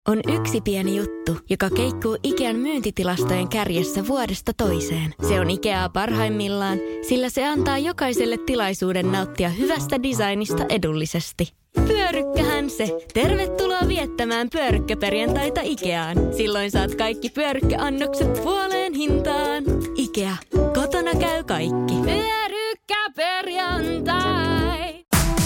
On yksi pieni juttu, joka keikkuu Ikean myyntitilastojen kärjessä vuodesta toiseen. Se on Ikeaa parhaimmillaan, sillä se antaa jokaiselle tilaisuuden nauttia hyvästä designista edullisesti. Pyörykkähän se. Tervetuloa viettämään pyörykkäperjantaita Ikeaan. Silloin saat kaikki pyörykkäannokset puoleen hintaan. Ikea. Kotona käy kaikki. Pyörykkäperjantai.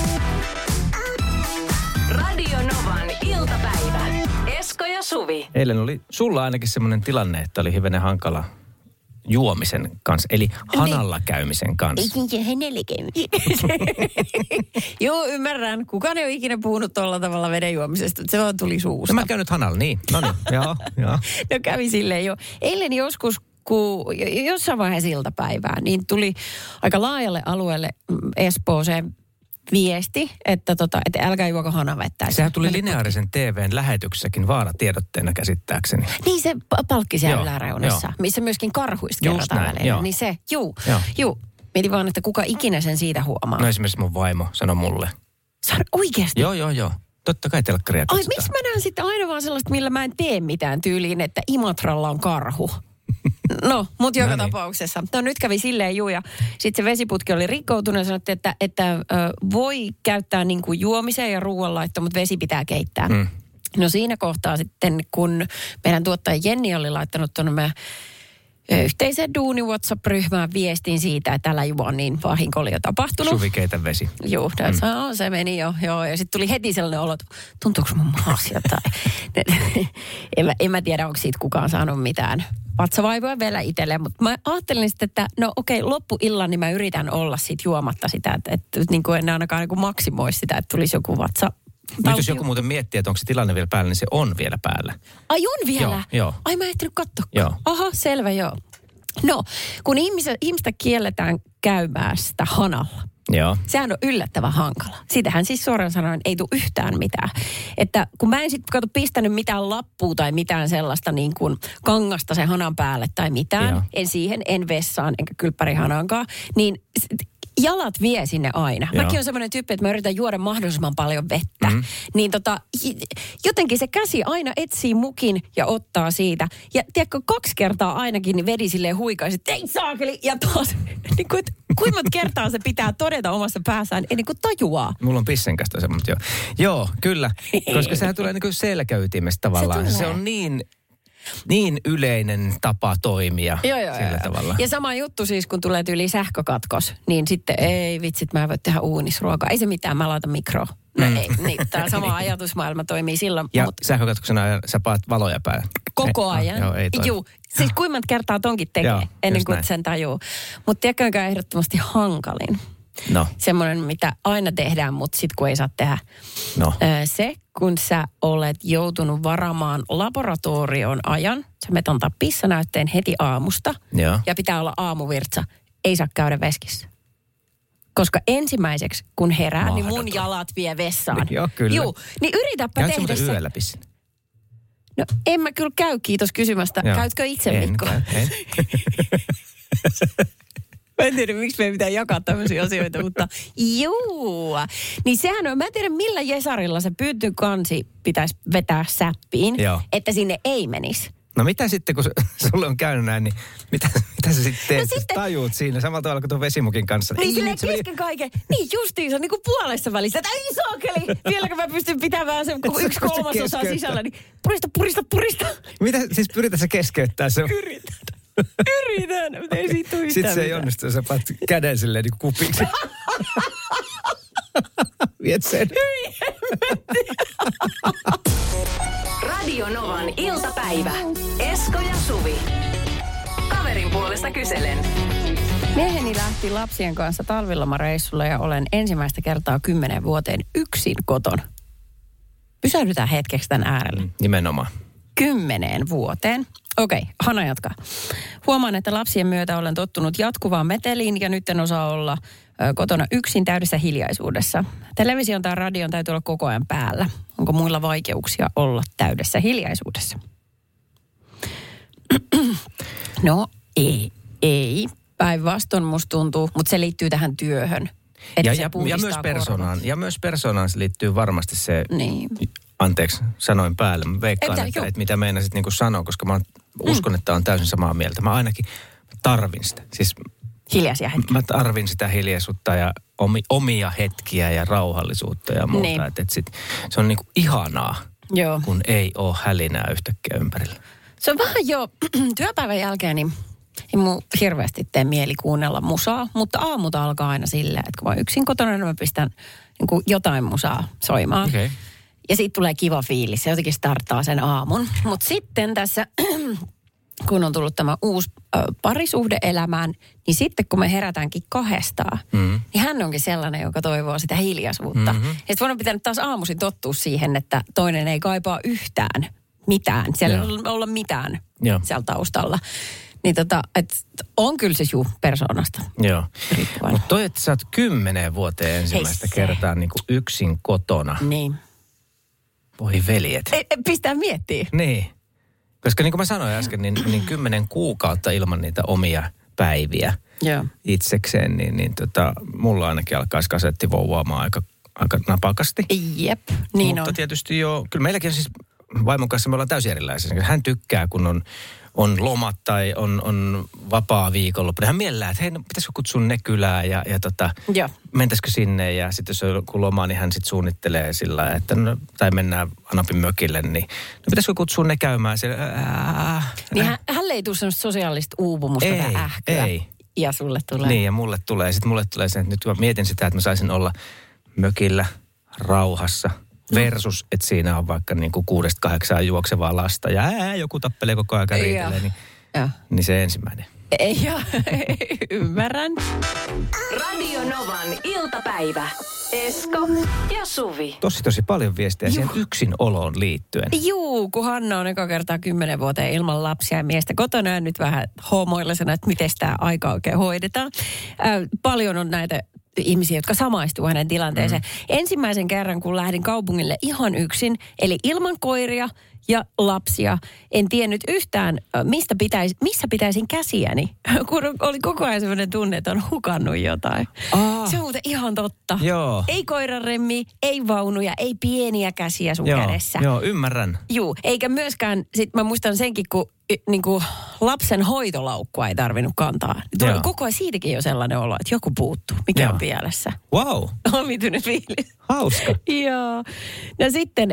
Radio Novan iltapäivä. Esko ja Suvi. Eilen oli sulla ainakin semmoinen tilanne, että oli hivenen hankala juomisen kanssa, eli hanalla käymisen kanssa. Joo, ymmärrän. Kukaan ei ole ikinä puhunut tuolla tavalla veden juomisesta. Se vaan tuli suusta. No mä käyn nyt hanalla, niin. No niin, joo. No kävi silleen jo. Eilen joskus, kun jossain vaiheessa iltapäivää, niin tuli aika laajalle alueelle Espooseen viesti, että älkää juoko hanavettä. Sehän tuli lineaarisen TV:n lähetyksessäkin vaaratiedotteena käsittääkseni. Niin se palkki siellä yläreunassa, missä myöskin karhuista kerrotaan välillä. Niin se, juu. Mietin vaan, että kuka ikinä sen siitä huomaa. No esimerkiksi mun vaimo sanoi mulle. Oikeasti? Joo. Totta kai telkkaria katsotaan. Miksi mä näen sitten aina vaan sellaista, millä mä en tee mitään tyyliin, että Imatralla on karhu? No, mutta joka tapauksessa. No nyt kävi silleen ja sitten se vesiputki oli rikkoutunut ja sanottiin, että voi käyttää niin kuin juomiseen ja ruoanlaittoon, mutta vesi pitää keittää. No siinä kohtaa sitten, kun meidän tuottaja Jenni oli laittanut tuonne yhteisen duuni WhatsApp-ryhmään viestin siitä, että älä juo, niin vahinko oli jo tapahtunut. Suvi keitä vesi. Joo, se meni jo. Joo. Ja sitten tuli heti sellainen olo, että tuntuuko mun maassa jotain. en mä tiedä, onko siitä kukaan saanut mitään vatsavaivoja vielä itselleen, mutta mä ajattelin sitten, että no okei, loppuillan niin mä yritän olla sit juomatta sitä, että niin kuin en ainakaan niin kuin maksimoi sitä, että tulisi joku vatsa. Nyt jos joku muuten miettii, että onko se tilanne vielä päällä, niin se on vielä päällä. Ai on vielä? Joo. Ai mä en ehtinyt katsoa. Joo. Aha, selvä, joo. No, kun ihmistä kielletään käymästä hanalla. Joo. Sehän on yllättävän hankala. Siitähän siis suoraan sanoen ei tule yhtään mitään. Että kun mä en sitten pistänyt mitään lappua tai mitään sellaista niin kuin kangasta sen hanan päälle tai mitään. Joo. En siihen, en vessaan, enkä kylppärihanankaan. Niin jalat vie sinne aina. Joo. Mäkin on semmoinen tyyppi, että mä yritän juoda mahdollisimman paljon vettä. Niin jotenkin se käsi aina etsii mukin ja ottaa siitä. Ja tiedätkö, 2 kertaa ainakin niin vedi silleen huikaisi, että ei saakeli. Ja taas, niin kuin, kuinka kertaa se pitää todeta omassa päässään ennen kuin tajuaa. Mulla on pissenkästä se, mutta joo, kyllä. Koska sehän tulee niin kuin selkäytimestä tavallaan. Se on niin yleinen tapa toimia sillä tavalla. Ja sama juttu siis, kun tulee tyyli sähkökatkos, niin sitten ei vitsit, mä en voi tehdä uunisruokaa. Ei se mitään, mä laitan mikroon. No ei, niin tämä sama ajatusmaailma toimii silloin. Ja sähkökatkoksen ajan sä paat valoja päälle. Koko ajan. Joo, siis kuinka kertaa tonkin tekee ennen kuin sen tajuu. Mutta tiedätkö, ehdottomasti hankalin. No. Semmoinen, mitä aina tehdään, mutta sitten kun ei saa tehdä. No. Se, kun sä olet joutunut varaamaan laboratorioon ajan, sä menet antaa pissanäytteen heti aamusta. Joo. Ja pitää olla aamuvirtsa, ei saa käydä veskissä. Koska ensimmäiseksi, kun herää, niin mun jalat vie vessaan. Joo, kyllä. Juu, niin yritäpä tehdä se. Käytkö muuten yöllä pissin? No en mä kyllä käy, kiitos kysymästä. Joo. Käytkö itse, Mikko? En. Mä en tiedä, miksi meidän pitää jakaa tämmöisiä asioita, mutta juu. Niin sehän on, mä en tiedä millä jesarilla se pyyntönkansi pitäisi vetää säppiin, että sinne ei menisi. No mitä sitten, kun sulle on käynyt näin, niin mitä sä sitten teet? No sitten, tajuut siinä samalla tavalla kuin tuon vesimukin kanssa. Niin silleen kesken kaiken. Niin justiinsa, niin kuin puolessa välissä. Että ei saakeli! Vieläkö mä pystyn pitämään sen 1/3 sisällä, niin purista. Mitä siis pyritään sä keskeyttää se? Yritän, mutta ei siitä tule yhtään. Sitten se ei onnistu, sä paat käden silleen niin kuin kupiksi. Viet sen. Radio Novan iltapäivä. Esko ja Suvi. Kaverin puolesta kyselen. Mieheni lähti lapsien kanssa talvilomareissulle ja olen ensimmäistä kertaa 10 vuoteen yksin kotona. Pysähdytään hetkeksi tämän äärellä. Nimenomaan. 10 vuoteen. Okei, Hanna jatkaa. Huomaan, että lapsien myötä olen tottunut jatkuvaan meteliin ja nyt en osaa olla kotona yksin täydessä hiljaisuudessa. Television tai radion täytyy olla koko ajan päällä. Onko muilla vaikeuksia olla täydessä hiljaisuudessa? No ei. Päinvastoin musta tuntuu, mutta se liittyy tähän työhön. Ja myös persoonaan. Ja myös persoonaan se liittyy varmasti se anteeksi, sanoin päälle. Mä veikkaan, että mitä meinasit niin kuin sanoa, koska mä uskon, että on täysin samaa mieltä. Mä ainakin tarvin sitä. Siis hiljaisia hetkiä. Mä tarvin sitä hiljaisuutta ja omia hetkiä ja rauhallisuutta ja muuta. Niin. Että se on niin kuin ihanaa, kun ei ole hälinää yhtäkkiä ympärillä. Se on vähän jo työpäivän jälkeen, niin ei mun hirveästi tee mieli kuunnella musaa, mutta aamut alkaa aina silleen, että kun mä yksin kotona, niin mä pistän niin kuin jotain musaa soimaan. Okay. Ja siitä tulee kiva fiilis, se jotenkin starttaa sen aamun. Mutta sitten tässä, kun on tullut tämä uusi parisuhde elämään, niin sitten kun me herätäänkin kahdestaan, niin hän onkin sellainen, joka toivoo sitä hiljaisuutta. Ja sitten voidaan pitänyt taas aamuisin tottua siihen, että toinen ei kaipaa yhtään mitään. Siellä ei olla mitään siellä taustalla. Niin on kyllä siis persoonasta. Joo. Mutta toi, että sä oot 10 vuoteen ensimmäistä kertaa niin kuin yksin kotona. Niin. Voi veljet. Pistää miettiä. Niin. Koska niin kuin mä sanoin äsken, niin 10 kuukautta ilman niitä omia päiviä itsekseen, niin mulla ainakin alkaisi kasetti vouvaamaan aika napakasti. Jep, niin mutta tietysti kyllä meilläkin siis vaimon kanssa me ollaan täysin erilaisia. Hän tykkää, kun on lomat tai on vapaa viikonloppu. Hän mielellään, että hei, pitäisikö kutsua ne kylään ja mentäisikö sinne. Ja sitten jos on joku loma, niin hän sitten suunnittelee sillä että tai mennään Anapin mökille, niin pitäisikö kutsua ne käymään siellä. Niin hänelle ei tule semmoista sosiaalista uupumusta tai ähköä. Ei. Ja sulle tulee. Niin, ja mulle tulee. Sitten mulle tulee se, että nyt mä mietin sitä, että mä saisin olla mökillä rauhassa. Versus, että siinä on vaikka niin kuin 6-8 juoksevaa lasta ja joku tappelee koko ajan riitelee, niin se ensimmäinen. Ei ymmärrän. Radio Novan iltapäivä. Esko ja Suvi. Tosi paljon viestejä siihen yksinoloon liittyen. Juu, kun Hanna on eka kertaa 10 vuoteen ilman lapsia ja miestä kotona ja nyt vähän hoomoillisena, että miten tämä aika oikein hoidetaan. Paljon on näitä ihmisiä, jotka samaistuu hänen tilanteeseen. Ensimmäisen kerran, kun lähdin kaupungille ihan yksin, eli ilman koiria ja lapsia, en tiennyt yhtään, missä pitäisin käsiäni, kun oli koko ajan sellainen tunne, että on hukannut jotain. Se on muuten ihan totta. Joo. Ei koiranremmiä, ei vaunuja, ei pieniä käsiä sun kädessä. Joo, ymmärrän. Juu, eikä myöskään, sit mä muistan senkin, kun niinku lapsen hoitolaukkua ei tarvinnut kantaa. Tuli koko ajan siitäkin jo sellainen olo, että joku puuttuu, mikä on pielessä. Wow. Omituinen fiilis. Hauska. Joo. No sitten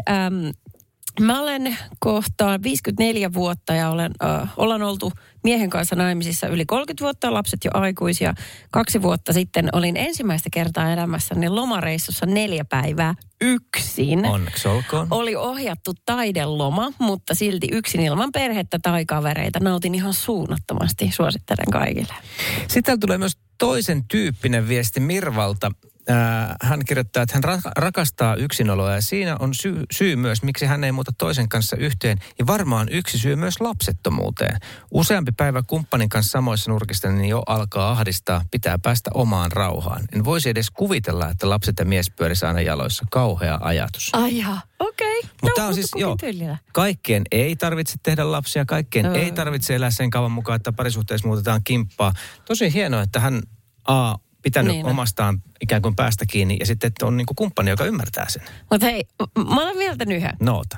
mä olen kohta 54 vuotta ja ollaan oltu miehen kanssa naimisissa yli 30 vuotta, lapset jo aikuisia. 2 vuotta sitten olin ensimmäistä kertaa elämässäni lomareissussa 4 päivää yksin. Onneksi olkoon. Oli ohjattu taideloma, mutta silti yksin ilman perhettä tai kavereita. Nautin ihan suunnattomasti, suosittelen kaikille. Sitten täällä tulee myös toisen tyyppinen viesti Mirvalta. Hän kirjoittaa, että hän rakastaa yksinoloa ja siinä on syy myös, miksi hän ei muuta toisen kanssa yhteen. Ja varmaan yksi syy myös lapsettomuuteen. Useampi päivä kumppanin kanssa samoissa nurkissa niin jo alkaa ahdistaa, pitää päästä omaan rauhaan. En voisi edes kuvitella, että lapset ja mies pyörisi aina jaloissa. Kauhea ajatus. Ai okei. Mutta tämä on siis, kaikkien ei tarvitse tehdä lapsia, kaikkien ei tarvitse elää sen kauan mukaan, että parisuhteessa muutetaan kimppaa. Tosi hienoa, että hän pitänyt omastaan ikään kuin päästä kiinni ja sitten, että on niin kuin kumppani, joka ymmärtää sen. Mutta hei, mä olen vielä tämän yhden. Noota.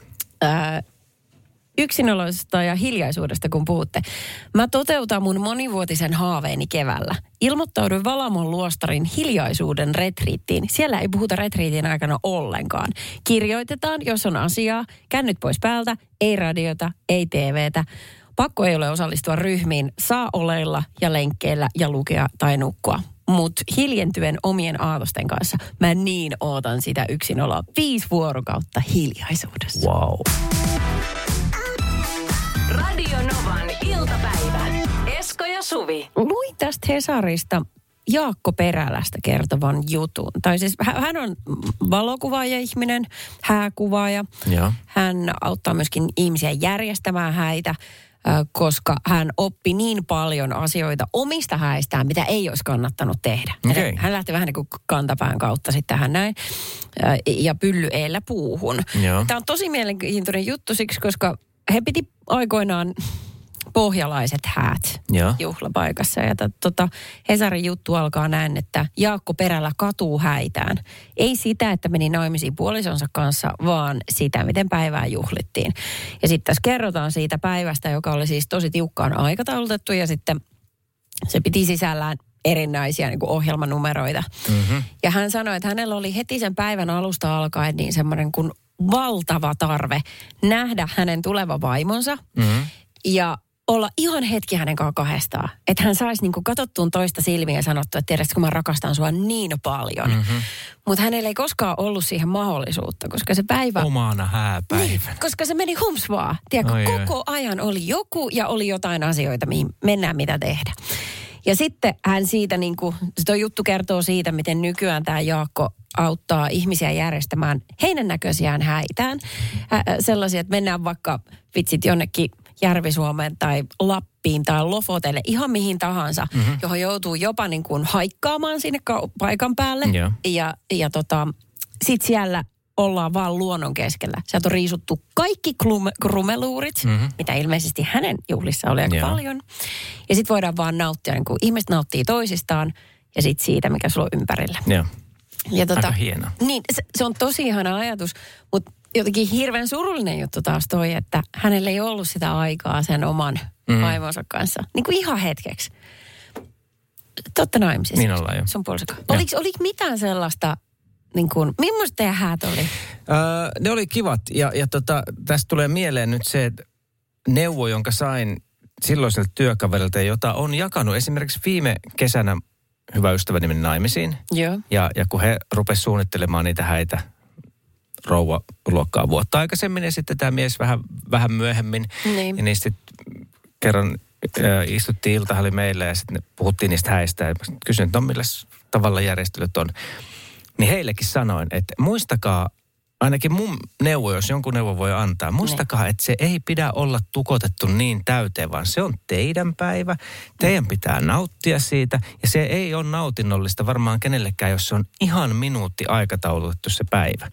Yksinoloisesta ja hiljaisuudesta, kun puhutte. Mä toteutan mun monivuotisen haaveeni keväällä. Ilmoittauduin Valamon luostarin hiljaisuuden retriittiin. Siellä ei puhuta retriitin aikana ollenkaan. Kirjoitetaan, jos on asiaa, kännyt pois päältä, ei radiota, ei TVtä. Pakko ei ole osallistua ryhmiin, saa oleilla ja lenkkeillä ja lukea tai nukkua. Mutta hiljentyen omien aatosten kanssa mä niin ootan sitä yksinoloa 5 vuorokautta hiljaisuudessa. Wow. Radio Novan iltapäivä. Esko ja Suvi. Luin tästä Hesarista Jaakko Perälästä kertovan jutun. Tai siis hän on valokuvaaja-ihminen, hääkuvaaja. Ja. Hän auttaa myöskin ihmisiä järjestämään häitä, koska hän oppi niin paljon asioita omista häistään, mitä ei olisi kannattanut tehdä. Okay. Hän lähti vähän niin kuin kantapään kautta sitten tähän näin ja pylly eellä puuhun. Joo. Tämä on tosi mielenkiintoinen juttu siksi, koska he piti aikoinaan pohjalaiset häät juhlapaikassa. Ja Hesarin juttu alkaa näin, että Jaakko Perälä katuu häitään. Ei sitä, että meni naimisiin puolisonsa kanssa, vaan sitä, miten päivää juhlittiin. Ja sitten tässä kerrotaan siitä päivästä, joka oli siis tosi tiukkaan aikataulutettu ja sitten se piti sisällään erinäisiä niin kuin ohjelmanumeroita. Mm-hmm. Ja hän sanoi, että hänellä oli heti sen päivän alusta alkaen niin semmoinen kuin valtava tarve nähdä hänen tuleva vaimonsa ja olla ihan hetki hänen kanssaan kahdestaan. Että hän saisi niin kuin katsottuun toista silmiä ja sanottua, että tiedätkö, kun mä rakastan sua niin paljon. Mm-hmm. Mutta hänellä ei koskaan ollut siihen mahdollisuutta, koska se päivä... Omana hääpäivänä. Niin, koska se meni hums vaan. Tiedätkö, koko ajan oli joku ja oli jotain asioita, mihin mennään mitä tehdä. Ja sitten hän siitä, niin kuin, tuo juttu kertoo siitä, miten nykyään tämä Jaakko auttaa ihmisiä järjestämään heidän näköisiään häitään. Sellaisia, että mennään vaikka vitsit jonnekin Järvi-Suomeen tai Lappiin tai Lofotelle, ihan mihin tahansa, johon joutuu jopa niin kuin haikkaamaan sinne paikan päälle. Ja sitten siellä ollaan vaan luonnon keskellä. Sieltä on riisuttu kaikki krumeluurit, mitä ilmeisesti hänen juhlissa oli aika paljon. Ja sitten voidaan vaan nauttia, niin kuin ihmiset nauttii toisistaan ja sitten siitä, mikä sulla on ympärillä. Ja aika hienoa. Niin, se on tosi ihana ajatus, mutta jotenkin hirveän surullinen juttu taas toi, että hänellä ei ollut sitä aikaa sen oman vaimonsa kanssa. Niin kuin ihan hetkeksi. Totta naimisissa. Niin ollaan jo. Sun puolisokaan. Oliko mitään sellaista... Niin kuin, millaista teidän häät oli? Ne oli kivat ja tästä tulee mieleen nyt se neuvo, jonka sain silloiselta työkaverilta, jota on jakanut esimerkiksi viime kesänä hyvä ystäväni meni naimisiin. Joo. Ja kun he rupesivat suunnittelemaan niitä häitä rouvaluokkaa vuotta aikaisemmin ja sitten tämä mies vähän myöhemmin. Niin. Ja niistä kerran istuttiin iltahalli meillä ja sitten puhuttiin niistä häistä ja kysyin, että millä tavalla järjestelyt on. Niin heillekin sanoin, että muistakaa, ainakin mun neuvo, jos jonkun neuvo voi antaa, muistakaa, että se ei pidä olla tukotettu niin täyteen, vaan se on teidän päivä. Teidän pitää nauttia siitä ja se ei ole nautinnollista varmaan kenellekään, jos se on ihan minuutti aikataulutettu se päivä.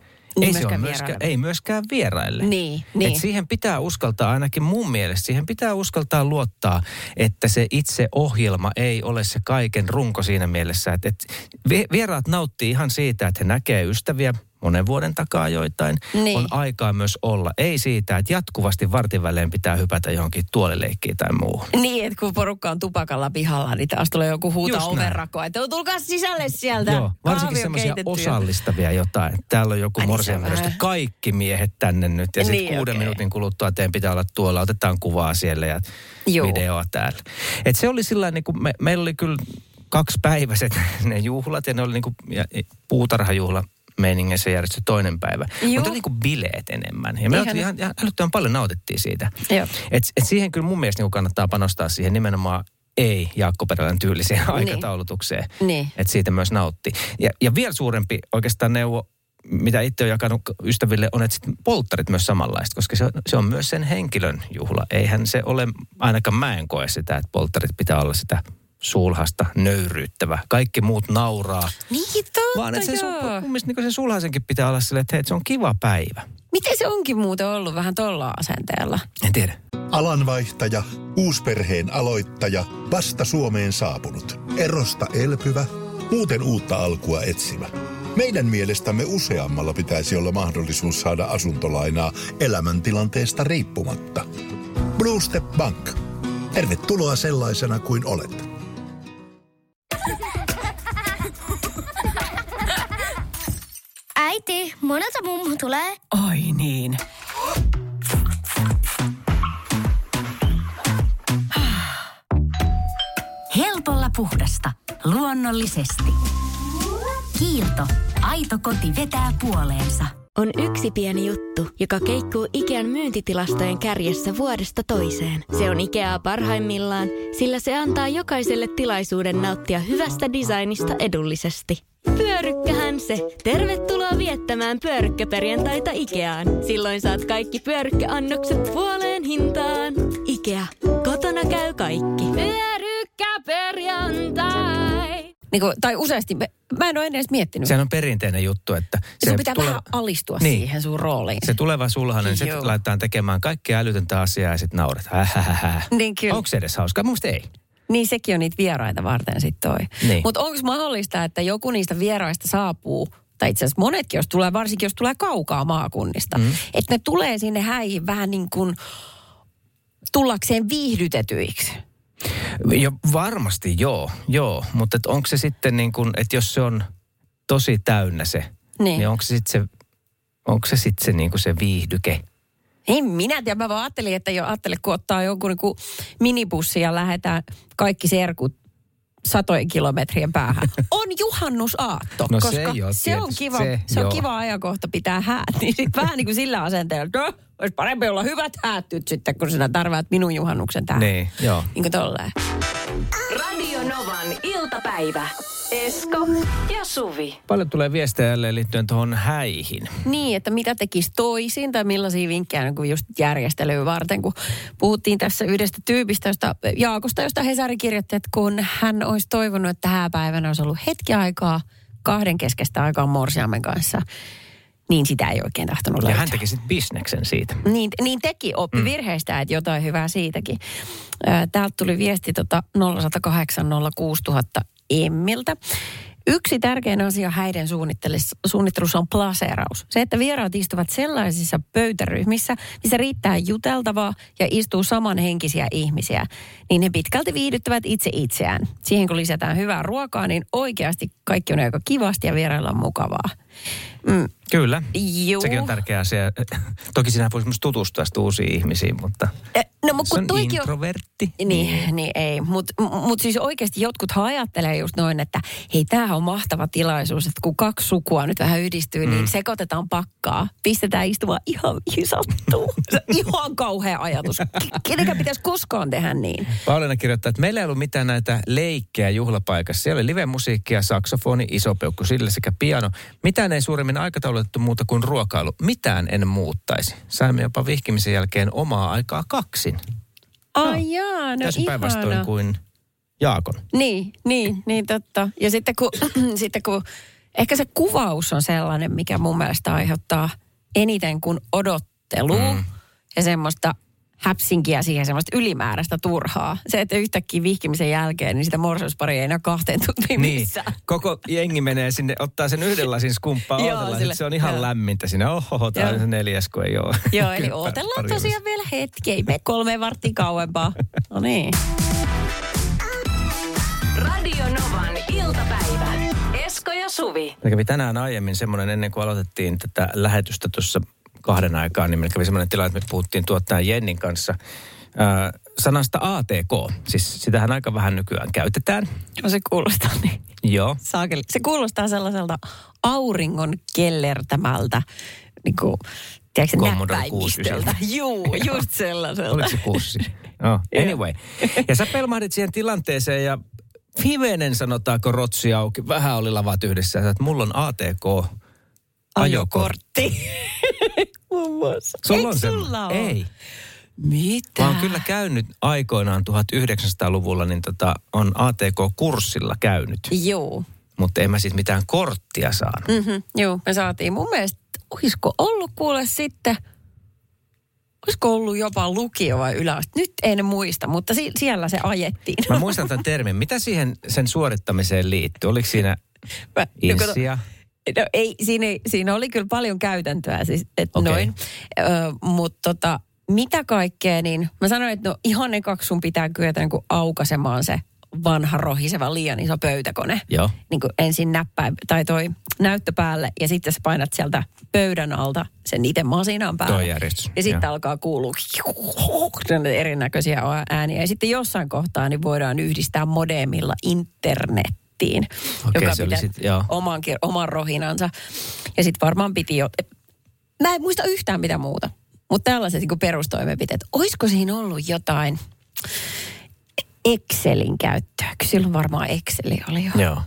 Ei myöskään vieraille. Niin. Et siihen pitää uskaltaa, ainakin mun mielestä, siihen pitää uskaltaa luottaa, että se itse ohjelma ei ole se kaiken runko siinä mielessä. Että vieraat nauttii ihan siitä, että he näkee ystäviä monen vuoden takaa joitain. Niin. On aikaa myös olla. Ei siitä, että jatkuvasti vartin välein pitää hypätä johonkin tuolileikkiin tai muuhun. Niin, että kun porukka on tupakalla pihalla, niin taas tulee joku huuta ovenrakoa, että tulkaa sisälle sieltä. Joo, varsinkin semmoisia osallistavia jotain. Täällä on joku morsianmiestä. Kaikki miehet tänne nyt. Ja sitten 6 minuutin kuluttua teidän pitää olla tuolla. Otetaan kuvaa siellä ja videoa täällä. Et se oli sillain, niin kuin meillä oli kyllä 2-päiväiset ne juhlat ja ne oli niin kuin puutarhajuhla. Meiningeissä järjestetty toinen päivä. Mutta oli niin kuin bileet enemmän. Ja me ihan älyttömän paljon nautittiin siitä. Et siihen kyllä mun mielestä niin kannattaa panostaa siihen nimenomaan ei Jaakko Perälän tyyliseen aikataulutukseen. Niin. Että siitä myös nautti. Ja vielä suurempi oikeastaan neuvo, mitä itse olen jakanut ystäville, on, että polttarit myös samanlaista, koska se on myös sen henkilön juhla. Eihän se ole, ainakaan mä en koe sitä, että polttarit pitää olla sitä sulhasta, nöyryyttävä. Kaikki muut nauraa. Niin, totta, vaan että mun mielestä niin sen sulhasenkin pitää olla silleen, että hei, se on kiva päivä. Miten se onkin muuten ollut vähän tolla asenteella? En tiedä. Alanvaihtaja, uusperheen aloittaja, vasta Suomeen saapunut. Erosta elpyvä, muuten uutta alkua etsimä. Meidän mielestämme useammalla pitäisi olla mahdollisuus saada asuntolainaa elämäntilanteesta riippumatta. Blue Step Bank. Tervetuloa sellaisena kuin olet. Äiti, monelta mummu tulee? Oi niin. Helpolla puhdasta. Luonnollisesti. Kiilto. Aito koti vetää puoleensa. On yksi pieni juttu, joka keikkuu Ikean myyntitilastojen kärjessä vuodesta toiseen. Se on Ikeaa parhaimmillaan, sillä se antaa jokaiselle tilaisuuden nauttia hyvästä designista edullisesti. Pyörykkähän se! Tervetuloa viettämään pyörykkäperjantaita Ikeaan. Silloin saat kaikki pyörykkäannokset puoleen hintaan. Ikea. Kotona käy kaikki. Pyörykkäperjantai! Niin kuin, tai useasti, mä en ole ennen edes miettinyt. Sehän on perinteinen juttu, että... Sun pitää vähän alistua siihen sun rooliin. Se tuleva sulhanen, se laitetaan tekemään kaikkea älytöntä asiaa ja sitten nauret. Niin kyllä. Onko se edes hauskaa? Musta ei. Niin sekin on niitä vieraita varten sitten toi. Niin. Mutta onko mahdollista, että joku niistä vieraista saapuu, tai itse asiassa monetkin, jos tulee, varsinkin jos tulee kaukaa maakunnista, että ne tulee sinne häihin vähän niin kuin tullakseen viihdytetyiksi? Jo, varmasti joo. Mutta onko se sitten niin kuin, että jos se on tosi täynnä se, niin onko se sitten se niin kuin se viihdyke? Ei minä tiedä, mä vaan ajattelin, että kun ottaa jonkun niin kuin minibussi ja lähdetään kaikki serkut 100 kilometrien päähän. On juhannusaatto, no koska se on kiva, se on kiva ajankohta pitää häät. Niin sitten vähän niin kuin sillä asenteella, että olisi parempi olla hyvät häät nyt sitten, kun sinä tarvitset minun juhannuksen tähän. Niin, joo. Niin kuin tolleen. Radio Novan iltapäivä. Esko ja Suvi. Paljon tulee viestejä jälleen liittyen tuohon häihin. Niin, että mitä tekisi toisin tai millaisia vinkkejä niin kuin just järjestelyä varten, kun puhuttiin tässä yhdestä tyypistä, Jaakosta, josta Hesari kirjoitti, että kun hän olisi toivonut, että hääpäivänä olisi ollut hetki aikaa, kahden keskeistä aikaa morsiamen kanssa, niin sitä ei oikein tahtonut löytää. Ja hän teki sitten bisneksen siitä. Niin teki, oppi virheistä, että jotain hyvää siitäkin. Täältä tuli viesti 0108 06000 Emmiltä. Yksi tärkein asia häiden suunnittelussa on plaseeraus. Se, että vieraat istuvat sellaisissa pöytäryhmissä, missä riittää juteltavaa ja istuu samanhenkisiä ihmisiä, niin ne pitkälti viihdyttävät itse itseään. Siihen kun lisätään hyvää ruokaa, niin oikeasti kaikki on aika kivasti ja vierailla on mukavaa. Kyllä. Juu. Sekin on tärkeä asia. Toki sinä voisi myös tutustua uusiin ihmisiin, mutta se on introvertti. Niin ei. Mutta siis oikeasti jotkut ajattelee just noin, että hei, tämähän on mahtava tilaisuus, että kun kaksi sukua nyt vähän yhdistyy, niin sekoitetaan pakkaa. Pistetään istumaan ihan sattuu. Ihan kauhea ajatus. Kenenkään pitäisi koskaan tehdä niin. Pauliina kirjoittaa, että meillä ei ollut mitään näitä leikkejä juhlapaikassa. Siellä oli live-musiikkia, saksofoni, isopeukku, sille sekä piano. Mitään ei suuremmin aikataulutettu muuta kuin ruokailu. Mitään en muuttaisi. Saimme jopa vihkimisen jälkeen omaa aikaa kaksin. Ai jaa, no tässä ihana. Päinvastoin kuin Jaakon. Niin totta. Ja sitten kun ehkä se kuvaus on sellainen, mikä mun mielestä aiheuttaa eniten kuin odottelu ja semmoista häpsinkiä siihen, semmoista ylimääräistä turhaa. Se, että yhtäkkiä vihkimisen jälkeen, niin sitä morsiusparia ei enää 2 tuntiin missään. Niin, koko jengi menee sinne, ottaa sen yhden lasin skumppaa, odotellaan, että se on ihan lämmintä siinä. Oho, tämä on se 4, kun ei ole. Joo, eli odotellaan tosiaan vielä hetki, ei mene 3 varttia kauempaa. No niin. Radio Novan iltapäivä. Esko ja Suvi. Me kävi tänään aiemmin semmoinen, ennen kuin aloitettiin tätä lähetystä tuossa 2 aikaan, niin meillä kävi semmoinen tilanne, että me puhuttiin tuottajan Jennin kanssa sanasta ATK. Siis sitähän aika vähän nykyään käytetään. No se kuulostaa niin. Joo. Saakeli. Se kuulostaa sellaiselta auringon kellertämältä, niin kuin, tiedätkö, näppäimistöltä. Juu, just sellaiselta. Oliko se 6? Oh, anyway. Ja sä pelmahdit siihen tilanteeseen ja hivenen sanotaanko rotsi auki. Vähän oli lavat yhdessä ja että mulla on ATK ajokortti. Muun muassa. Sulla on sulla ole? Ei. Mitä? Mä oon kyllä käynyt aikoinaan 1900-luvulla, niin on ATK-kurssilla käynyt. Joo. Mutta en mä siis mitään korttia saanut. Joo, me saatiin. Mun mielestä, olisiko ollut kuule sitten, olisiko ollut jopa lukio vai yläaste? Nyt en muista, mutta siellä se ajettiin. Mä muistan tämän termin. Mitä siihen sen suorittamiseen liittyy? Oliko siinä insia? No ei, siinä oli kyllä paljon käytäntöä siis, että okay. Noin. Mutta mitä kaikkea, niin mä sanoin, että no ihan ekaksi sun pitää kyetä niin kuin aukaisemaan se vanha rohiseva liian iso pöytäkone. Joo. Niin kuin ensin tai toi näyttö päälle ja sitten sä painat sieltä pöydän alta sen itse masinan päälle. Toi järjestys. Ja sitten alkaa kuulua erinäköisiä ääniä. Ja sitten jossain kohtaa niin voidaan yhdistää modemilla internettiin, joka pitää oman rohinansa. Ja sitten varmaan piti mä en muista yhtään mitä muuta. Mutta tällaiset niin kuin perustoimenpiteet. Olisiko siinä ollut jotain Excelin käyttöä? Kyllä silloin varmaan Exceli oli jo. Joo.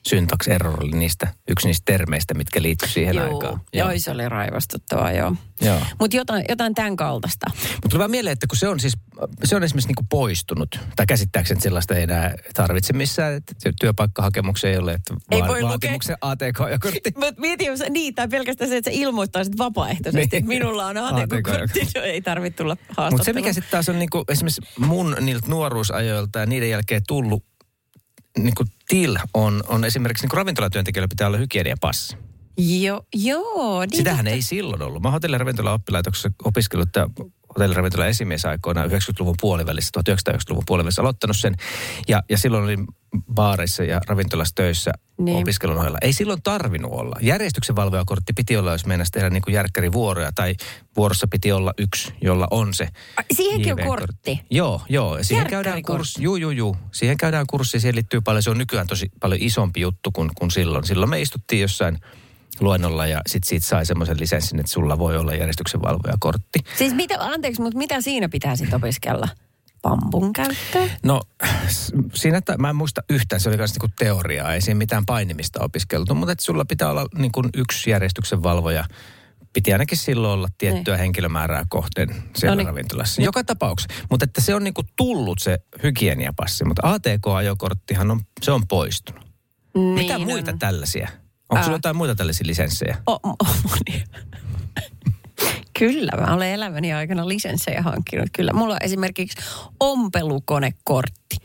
syntax error oli yksi niistä termeistä, mitkä liittyi siihen aikaan. Joo, se oli raivostuttavaa, joo. Mutta jotain tämän kaltaista. Mutta tuli vaan mieleen, että kun se on esimerkiksi niinku poistunut, tai käsittääkseni sellaista ei enää tarvitse missään, että työpaikkahakemuksia ei ole, että vaatimuksen ATK-ajokortti. Mutta mieti, jos tai pelkästään se, että sä ilmoittaisit vapaaehtoisesti, että minulla on ATK-kortti, ei tarvitse tulla haastattelua. Mutta se, mikä sitten taas on niinku, esimerkiksi mun niiltä nuoruusajoilta ja niiden jälkeen tullut niinku on esimerkiksi niinku ravintolatyöntekijöillä pitää olla hygieniapassi. Joo. Sitähän ei silloin ollut. Mä hotelliravintola-oppilaitoksessa opiskellut ja hotelliravintola esimies aikoinaan 90-luvun puolivälissä, 1990-luvun puolivälissä aloittanut sen. Ja silloin olin baareissa ja ravintolassa töissä opiskelun ohella. Ei silloin tarvinnut olla. Järjestyksenvalvojakortti piti olla, jos meinasi tehdä niin kuin järkkärivuoroja, tai vuorossa piti olla yksi, jolla on se. Siihenkin on kortti? Joo. Siihen käydään kurssi. Juu. Siihen käydään kurssi. Siihen liittyy paljon. Se on nykyään tosi paljon isompi juttu kuin silloin. Silloin me istuttiin jossain luennolla ja sitten siitä sai semmoisen lisenssin, että sulla voi olla järjestyksenvalvojakortti. Siis mitä siinä pitää sitten opiskella? Pampun käyttöä? No siinä, mä en muista yhtään, se oli myös niinku teoriaa, ei siinä mitään painimista opiskeltu, mutta että sulla pitää olla niinku yksi järjestyksenvalvoja. Piti ainakin silloin olla tiettyä henkilömäärää kohden siellä ravintolassa. Joka tapauksessa. Mutta että se on niinku tullut se hygieniapassi, mutta ATK-ajokorttihan se on poistunut. Mitä muita tällaisia? Onko sulla jotain muita tällaisia lisenssejä? Monia. Kyllä, mä olen elämäni aikana lisenssejä hankkinut. Kyllä, mulla on esimerkiksi ompelukonekortti.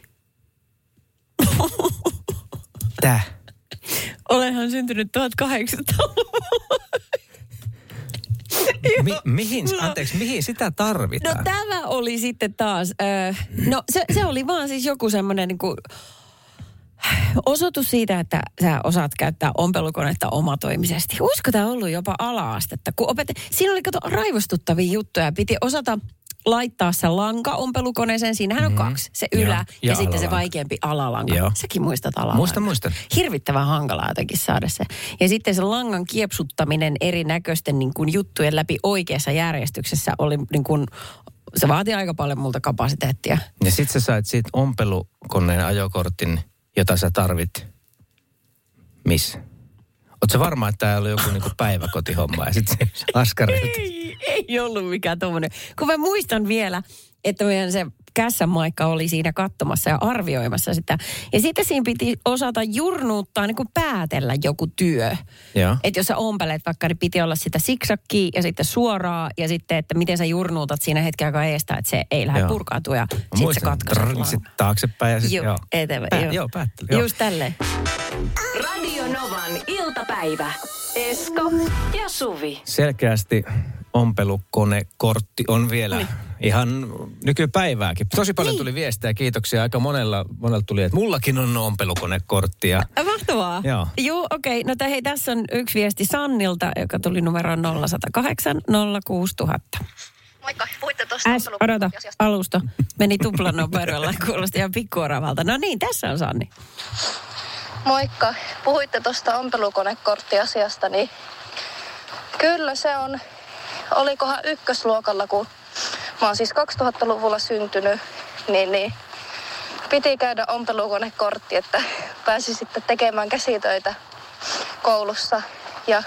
Tää? Olenhan syntynyt 1800-luvulla. Mihin sitä tarvitaan? No tämä oli sitten taas, se oli vaan siis joku semmoinen niinku osoitus siitä, että sä osaat käyttää ompelukonetta omatoimisesti. Olisiko tämä ollut jopa ala-astetta? Siinä oli raivostuttavia juttuja. Piti osata laittaa se lanka ompelukoneeseen. Siinähän on kaksi. Se ylä ja sitten se vaikeampi alalanka. Joo. Säkin muistat alalanka. Muistan. Hirvittävän hankalaa jotenkin saada se. Ja sitten se langan kiepsuttaminen erinäköisten niin kuin juttujen läpi oikeassa järjestyksessä oli niin kuin, se vaatii aika paljon multa kapasiteettia. Ja sitten sä sait siitä ompelukoneen ajokortin, jota sä tarvit. Missä? Ootko sä varma, että tää oli joku niinku päiväkotihomma ja sitten se askareet? Ei ollut mikään tommoinen. Kun mä muistan vielä, että meidän se kässämaikka oli siinä katsomassa ja arvioimassa sitä. Ja sitten siinä piti osata jurnuuttaa, niin kuin päätellä joku työ. Että jos sä ompelet vaikka, niin piti olla sitä siksakkiä ja sitten suoraa. Ja sitten, että miten sä jurnuutat siinä hetken aikaa eestä, että se ei lähde purkautua. Ja sitten se katkaisee. Sitten taaksepäin ja sitten eteenpäin. Joo, päättely. Just tälleen. Radio Novan iltapäivä. Esko ja Suvi. Selkeästi ompelukonekortti on vielä ihan nykypäivääkin. Tosi paljon tuli viestejä, kiitoksia. Aika monella tuli, että mullakin on ompelukonekortti. Mahtavaa. Joo, okei. No hei, tässä on yksi viesti Sannilta, joka tuli numeroon 0108 06000. Moikka, puhuitte tuosta odota, alusta. Meni tuplanopeudella, kuulosti ihan pikkuoravalta. No niin, tässä on Sanni. Moikka, puhuitte tuosta ompelukonekorttiasiasta, niin kyllä se on, olikohan ykkösluokalla, kun mä oon siis 2000-luvulla syntynyt, niin piti käydä ompelukonekortti, että pääsi sitten tekemään käsitöitä koulussa. Ja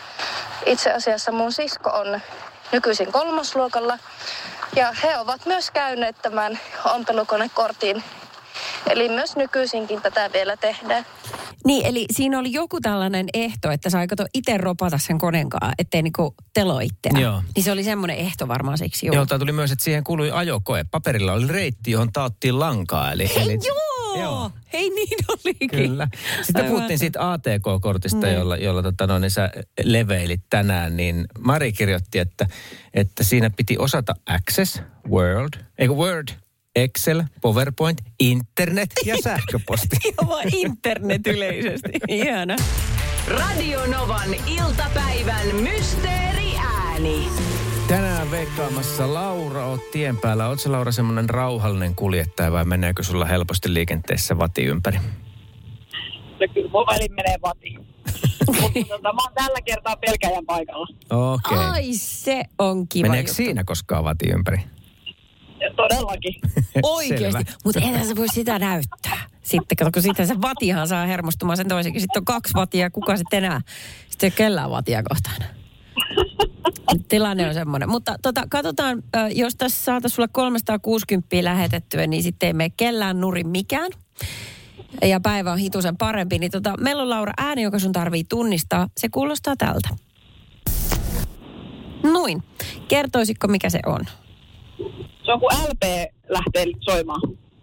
itse asiassa mun sisko on nykyisin 3. luokalla ja he ovat myös käyneet tämän ompelukonekortin. Eli myös nykyisinkin tätä vielä tehdään. Niin, eli siinä oli joku tällainen ehto, että saa itse ropata sen koneen kanssa, ettei niinku telo itseään. Joo. Niin se oli semmoinen ehto varmaan siksi. Joo, tämä tuli myös, että siihen kuului ajokoe. Paperilla oli reitti, johon taottiin lankaa. Joo! Hei, niin olikin. Kyllä. Sitten puhuttiin siitä ATK-kortista, jolla niin sä leveilit tänään, niin Mari kirjoitti, että siinä piti osata Access, Word, Excel, PowerPoint, internet ja sähköposti. Ihan vaan internet yleisesti. Ihana. Radio Novan iltapäivän mysteeriääni. Tänään veikkaamassa Laura, oot tien päällä. Ootko Laura semmoinen rauhallinen kuljettaja vai meneekö sulla helposti liikenteessä vati ympäri? No kyllä mun väliin menee vatiin. Mutta mä oon tällä kertaa Pelkäjän paikalla. Okei. Ai se on kiva meneekö juttu. siinä koskaan vati ympäri? Ja todellakin. Oikeesti. Mutta enää sä voi sitä näyttää. Sitten, kato, kun sitten se vatihan saa hermostumaan sen toisenkin. Sitten on 2 vatia, kuka sitten enää? Sitten ei ole kellään vatia kohtaan. Tilanne on semmoinen. Mutta katsotaan, jos tässä saataisiin sulle 360 lähetettyä, niin sitten ei mene kellään nurin mikään. Ja päivä on hitusen parempi. Niin meillä on Laura ääni, joka sun tarvii tunnistaa. Se kuulostaa tältä. Noin. Kertoisitko, mikä se on? Se on kun LP lähtee soimaan.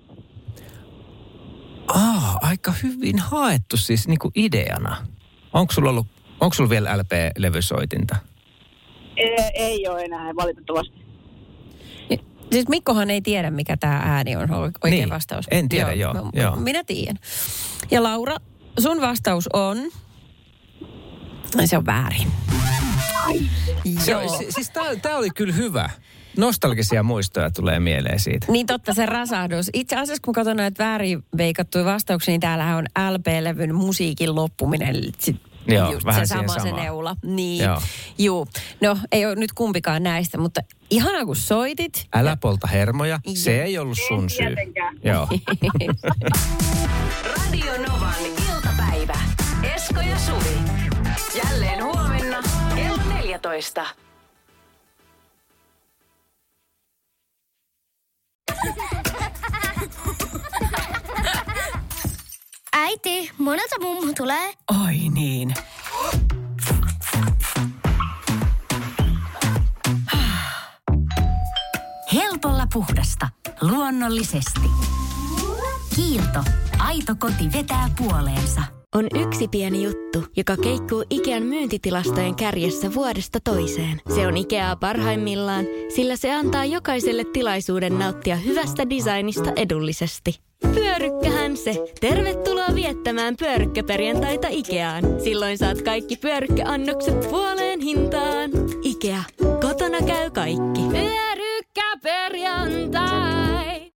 Aika hyvin haettu siis niinku ideana. Onko sulla vielä LP-levysoitinta? Ei ole enää, valitettavasti. Siis Mikkohan ei tiedä, mikä tämä ääni on oikein niin, vastaus. En tiedä, joo. Minä tiedän. Ja Laura, sun vastaus on... Se on väärin. Siis tää oli kyllä hyvä. Nostalgisia muistoja tulee mieleen siitä. Niin totta, se rasahdus. Itse asiassa kun katson näitä väärin veikattuja vastauksia, niin täällähän on LP-levyn musiikin loppuminen. Joo, just vähän se sama siihen se samaan. neula. Niin, juu. No, ei ole nyt kumpikaan näistä, mutta ihanaa kun soitit. Älä polta hermoja, se ei ollut sun syy. Joo. Radio Novan iltapäivä. Esko ja Suvi. Jälleen huomenna kello 14. Äiti, monelta mummu tulee? Ai niin. Helpolla puhdasta. Luonnollisesti. Kiilto. Aito koti vetää puoleensa. On yksi pieni juttu, joka keikkuu Ikean myyntitilastojen kärjessä vuodesta toiseen. Se on Ikeaa parhaimmillaan, sillä se antaa jokaiselle tilaisuuden nauttia hyvästä designista edullisesti. Pyörykkähän se! Tervetuloa viettämään pyörykkäperjantaita Ikeaan. Silloin saat kaikki pyörykkäannokset puoleen hintaan. Ikea. Kotona käy kaikki. Pyörykkäperjantai!